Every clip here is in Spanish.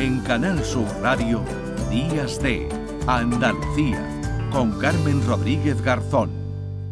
En Canal Sur Radio, Días de Andalucía, con Carmen Rodríguez Garzón.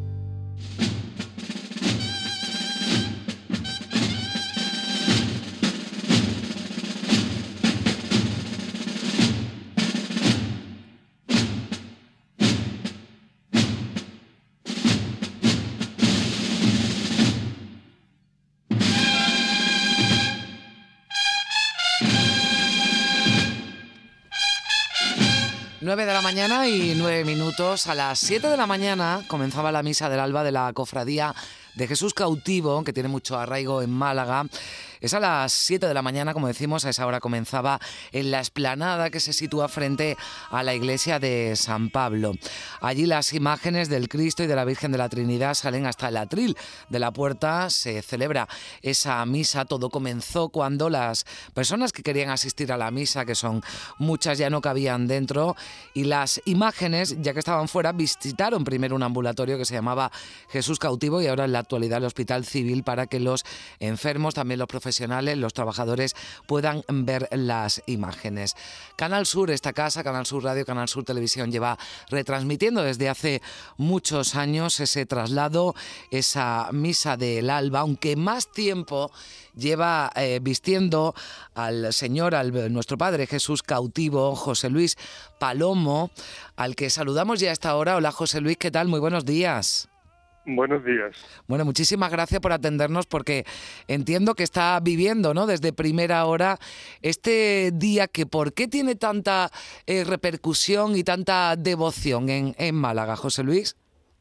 Nueve de la mañana y 9 minutos. A las 7 de la mañana comenzaba la misa del alba de la Cofradía de Jesús Cautivo, que tiene mucho arraigo en Málaga. Es a las 7 de la mañana, como decimos, a esa hora comenzaba en la explanada que se sitúa frente a la iglesia de San Pablo. Allí las imágenes del Cristo y de la Virgen de la Trinidad salen hasta el atril de la puerta. Se celebra esa misa. Todo comenzó cuando las personas que querían asistir a la misa, que son muchas, ya no cabían dentro, y las imágenes, ya que estaban fuera, visitaron primero un ambulatorio que se llamaba Jesús Cautivo y ahora en la actualidad el Hospital Civil, para que los enfermos, también los profesionales, los trabajadores, puedan ver las imágenes. Canal Sur, esta casa, Canal Sur Radio, Canal Sur Televisión, lleva retransmitiendo desde hace muchos años ese traslado, esa misa del alba, aunque más tiempo lleva vistiendo al Señor, nuestro Padre Jesús Cautivo, José Luis Palomo, al que saludamos ya a esta hora. Hola José Luis, ¿qué tal? Muy buenos días. Buenos días. Bueno, muchísimas gracias por atendernos, porque entiendo que está viviendo, ¿no?, desde primera hora este día que ¿por qué tiene tanta repercusión y tanta devoción en Málaga, José Luis?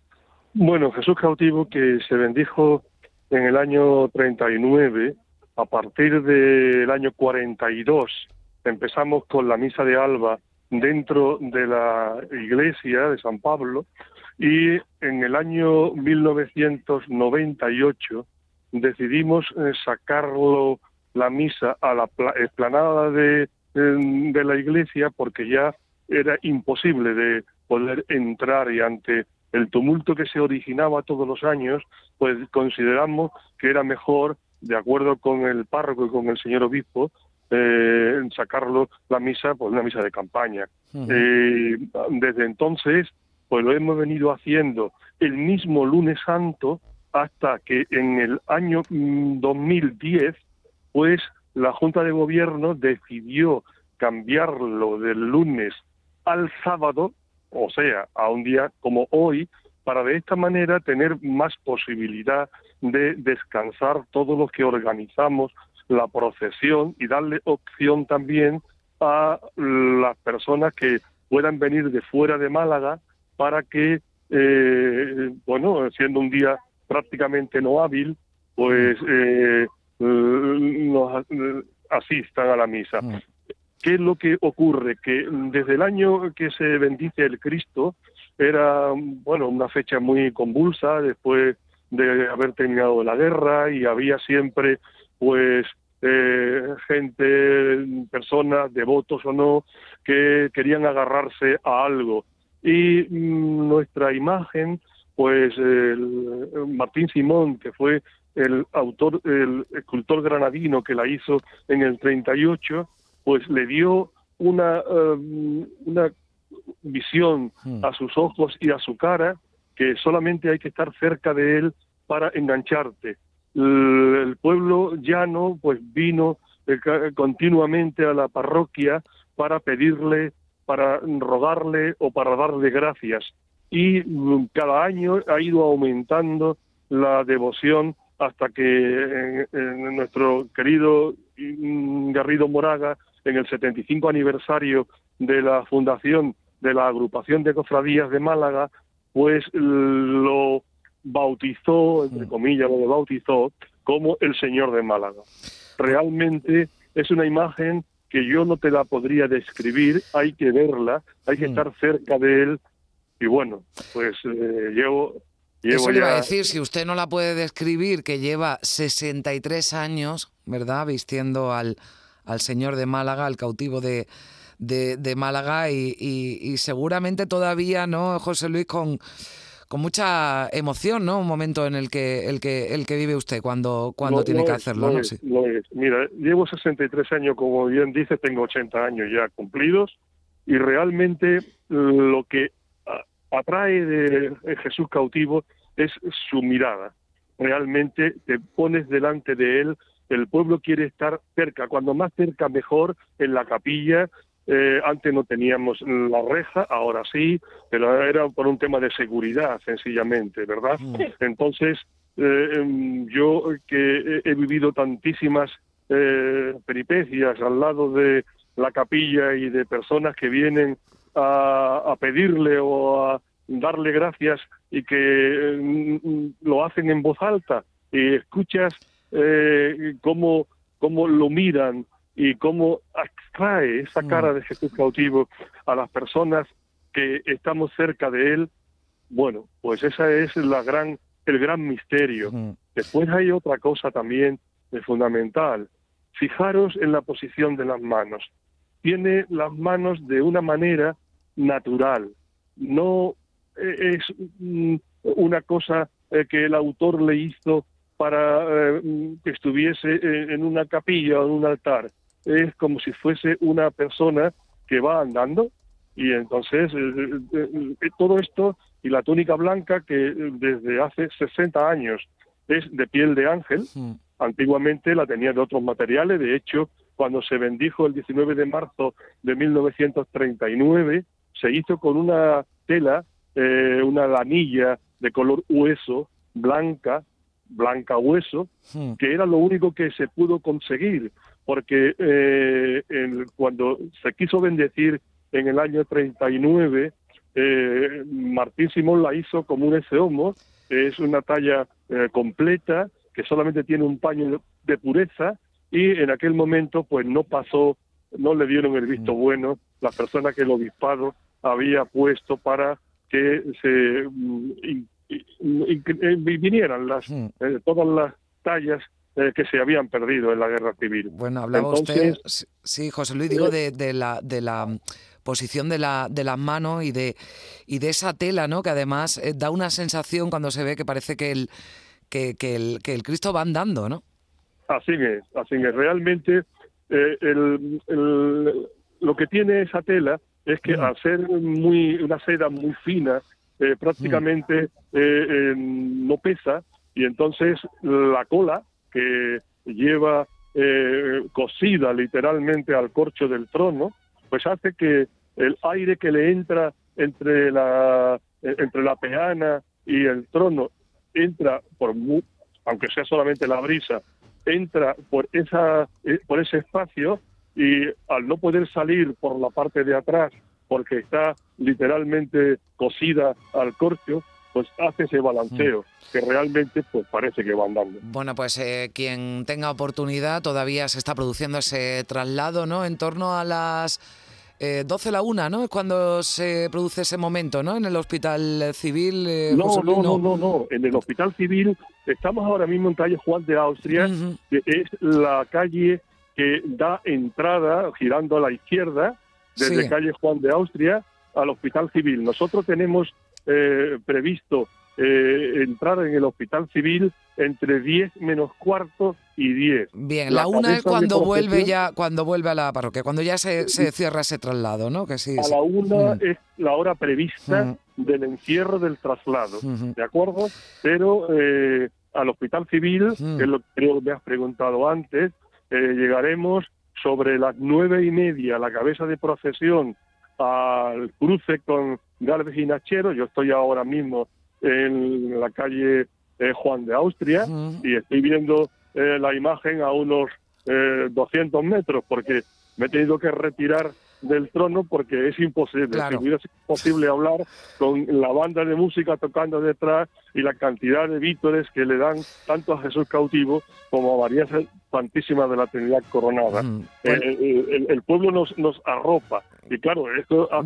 Bueno, Jesús Cautivo, que se bendijo en el año 39, a partir del año 42 empezamos con la misa de alba dentro de la iglesia de San Pablo, y en el año 1998 decidimos sacarlo, la misa, a la explanada de la iglesia, porque ya era imposible de poder entrar, y ante el tumulto que se originaba todos los años, pues consideramos que era mejor, de acuerdo con el párroco y con el señor obispo, sacarlo, la misa, pues una misa de campaña. Uh-huh. Desde entonces, pues lo hemos venido haciendo el mismo lunes santo, hasta que en el año 2010, pues la Junta de Gobierno decidió cambiarlo del lunes al sábado, o sea, a un día como hoy, para de esta manera tener más posibilidad de descansar todos los que organizamos la procesión, y darle opción también a las personas que puedan venir de fuera de Málaga, para que, siendo un día prácticamente no hábil, pues nos asistan a la misa. ¿Qué es lo que ocurre? Que desde el año que se bendice el Cristo, era una fecha muy convulsa, después de haber terminado la guerra, y había siempre pues gente, personas, devotos o no, que querían agarrarse a algo. Y nuestra imagen, pues Martín Simón, que fue el autor, el escultor granadino que la hizo en el 38, pues le dio una visión a sus ojos y a su cara, que solamente hay que estar cerca de él para engancharte. El pueblo llano pues vino continuamente a la parroquia para pedirle, para rogarle o para darle gracias, y cada año ha ido aumentando la devoción, hasta que nuestro querido Garrido Moraga, en el 75 aniversario de la fundación de la Agrupación de Cofradías de Málaga, pues lo bautizó, entre comillas, lo bautizó como el Señor de Málaga. Realmente es una imagen que yo no te la podría describir, hay que verla, hay que estar cerca de él, y bueno, pues llevo eso le ya... iba a decir, si usted no la puede describir, que lleva 63 años, ¿verdad?, vistiendo al Señor de Málaga, al cautivo de Málaga, y seguramente todavía, ¿no, José Luis, con mucha emoción, ¿no? Un momento en el que vive usted cuando tiene que hacerlo, ¿no? Sí. Lo es. Mira, llevo 63 años, como bien dice, tengo 80 años ya cumplidos, y realmente lo que atrae de Jesús cautivo es su mirada. Realmente te pones delante de él, el pueblo quiere estar cerca, cuando más cerca mejor, en la capilla. Antes no teníamos la reja, ahora sí, pero era por un tema de seguridad, sencillamente, ¿verdad? Entonces, yo que he vivido tantísimas peripecias al lado de la capilla y de personas que vienen a pedirle o a darle gracias y que lo hacen en voz alta, y escuchas cómo lo miran y cómo atrae esa cara de Jesús cautivo a las personas que estamos cerca de él. Bueno, pues esa es el gran misterio. Después hay otra cosa también fundamental. Fijaros en la posición de las manos. Tiene las manos de una manera natural. No es una cosa que el autor le hizo para que estuviese en una capilla o en un altar. Es como si fuese una persona que va andando, y entonces todo esto, y la túnica blanca, que desde hace 60 años es de piel de ángel. Antiguamente la tenía de otros materiales. De hecho, cuando se bendijo el 19 de marzo de 1939, se hizo con una tela, una lanilla de color hueso, blanca hueso, que era lo único que se pudo conseguir, porque cuando se quiso bendecir en el año 39, Martín Simón la hizo como un eceomo. Es una talla completa, que solamente tiene un paño de pureza, y en aquel momento pues no le dieron el visto bueno las personas que el obispado había puesto para que se vinieran todas las tallas que se habían perdido en la guerra civil. Bueno, hablaba usted, sí, José Luis, digo de la posición de las manos y de esa tela, ¿no? Que además da una sensación cuando se ve que parece que el Cristo va andando, ¿no? Así es. Realmente lo que tiene esa tela es que al ser una seda muy fina, prácticamente no pesa, y entonces la cola que lleva cosida literalmente al corcho del trono, pues hace que el aire que le entra entre la peana y el trono entra aunque sea solamente la brisa, entra por ese espacio, y al no poder salir por la parte de atrás porque está literalmente cosida al corcho, pues hace ese balanceo que realmente pues parece que va andando. Bueno, pues quien tenga oportunidad, todavía se está produciendo ese traslado, ¿no? En torno a las 12 la 1, ¿no? Es cuando se produce ese momento, ¿no? En el Hospital Civil. No. En el Hospital Civil estamos ahora mismo en calle Juan de Austria, que es la calle que da entrada, girando a la izquierda, desde calle Juan de Austria al Hospital Civil. Nosotros tenemos previsto entrar en el Hospital Civil entre 10 menos cuarto y 10. Bien, la 1 es cuando vuelve a la parroquia, cuando ya se cierra ese traslado, ¿no? Que sí. La 1 es la hora prevista del encierro del traslado, ¿de acuerdo? Pero al Hospital Civil, que es lo que creo que me has preguntado antes, llegaremos sobre las 9:30, la cabeza de procesión, al cruce con Gálvez y Nachero. Yo estoy ahora mismo en la calle Juan de Austria y estoy viendo la imagen a unos 200 metros, porque me he tenido que retirar del trono porque es imposible. Claro. Si hubiera sido posible hablar con la banda de música tocando detrás y la cantidad de vítores que le dan tanto a Jesús cautivo como a María Santísima de la Trinidad Coronada. El pueblo nos arropa, y claro, esto hace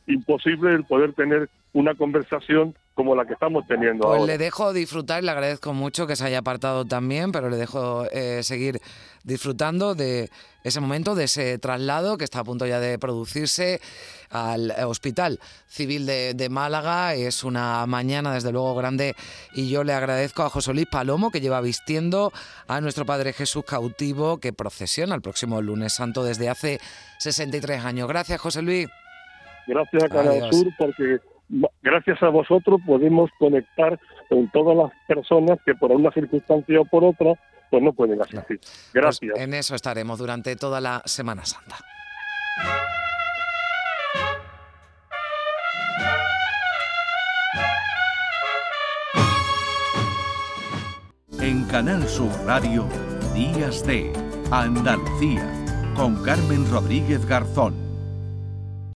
imposible el poder tener una conversación como la que estamos teniendo Pues ahora. le dejo disfrutar y le agradezco mucho que se haya apartado también, pero le dejo seguir disfrutando de ese momento, de ese traslado que está a punto ya de producirse al Hospital Civil de Málaga. Es una mañana desde luego grande y yo le agradezco a José Luis Palomo, que lleva vistiendo a nuestro Padre Jesús cautivo, que procesiona el próximo lunes santo desde hace 63 años. Gracias, José Luis. Gracias a Canal Adiós. Sur, porque gracias a vosotros podemos conectar con todas las personas que por una circunstancia o por otra pues no pueden asistir. Gracias. Pues en eso estaremos durante toda la Semana Santa. En Canal Sur Radio, Días de Andalucía, con Carmen Rodríguez Garzón.